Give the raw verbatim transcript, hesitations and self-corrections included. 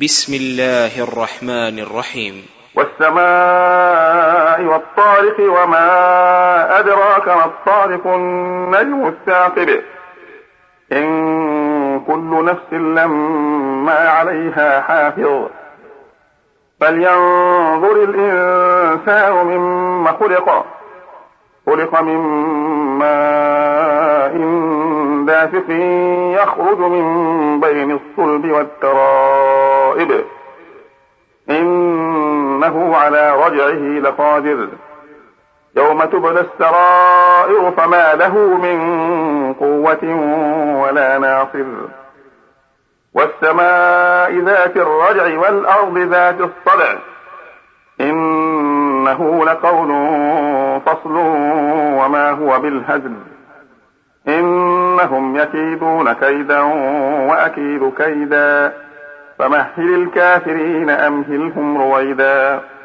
بسم الله الرحمن الرحيم. والسماء والطارق وما أدراك ما الطارق النجم الثاقب إن كل نفس لما عليها حافظ فلينظر الإنسان مما خلق خلق من ماء دافق يخرج من بين الصلب والترائب إنه على رجعه لقادر يوم تبلى السرائر فما له من قوة ولا ناصر والسماء ذات الرجع والأرض ذات الصدع إنه لقول فصل وما هو بالهزل إنهم يكيدون كيدا وأكيد كيدا فمهل الكافرين أمهلهم رويدا.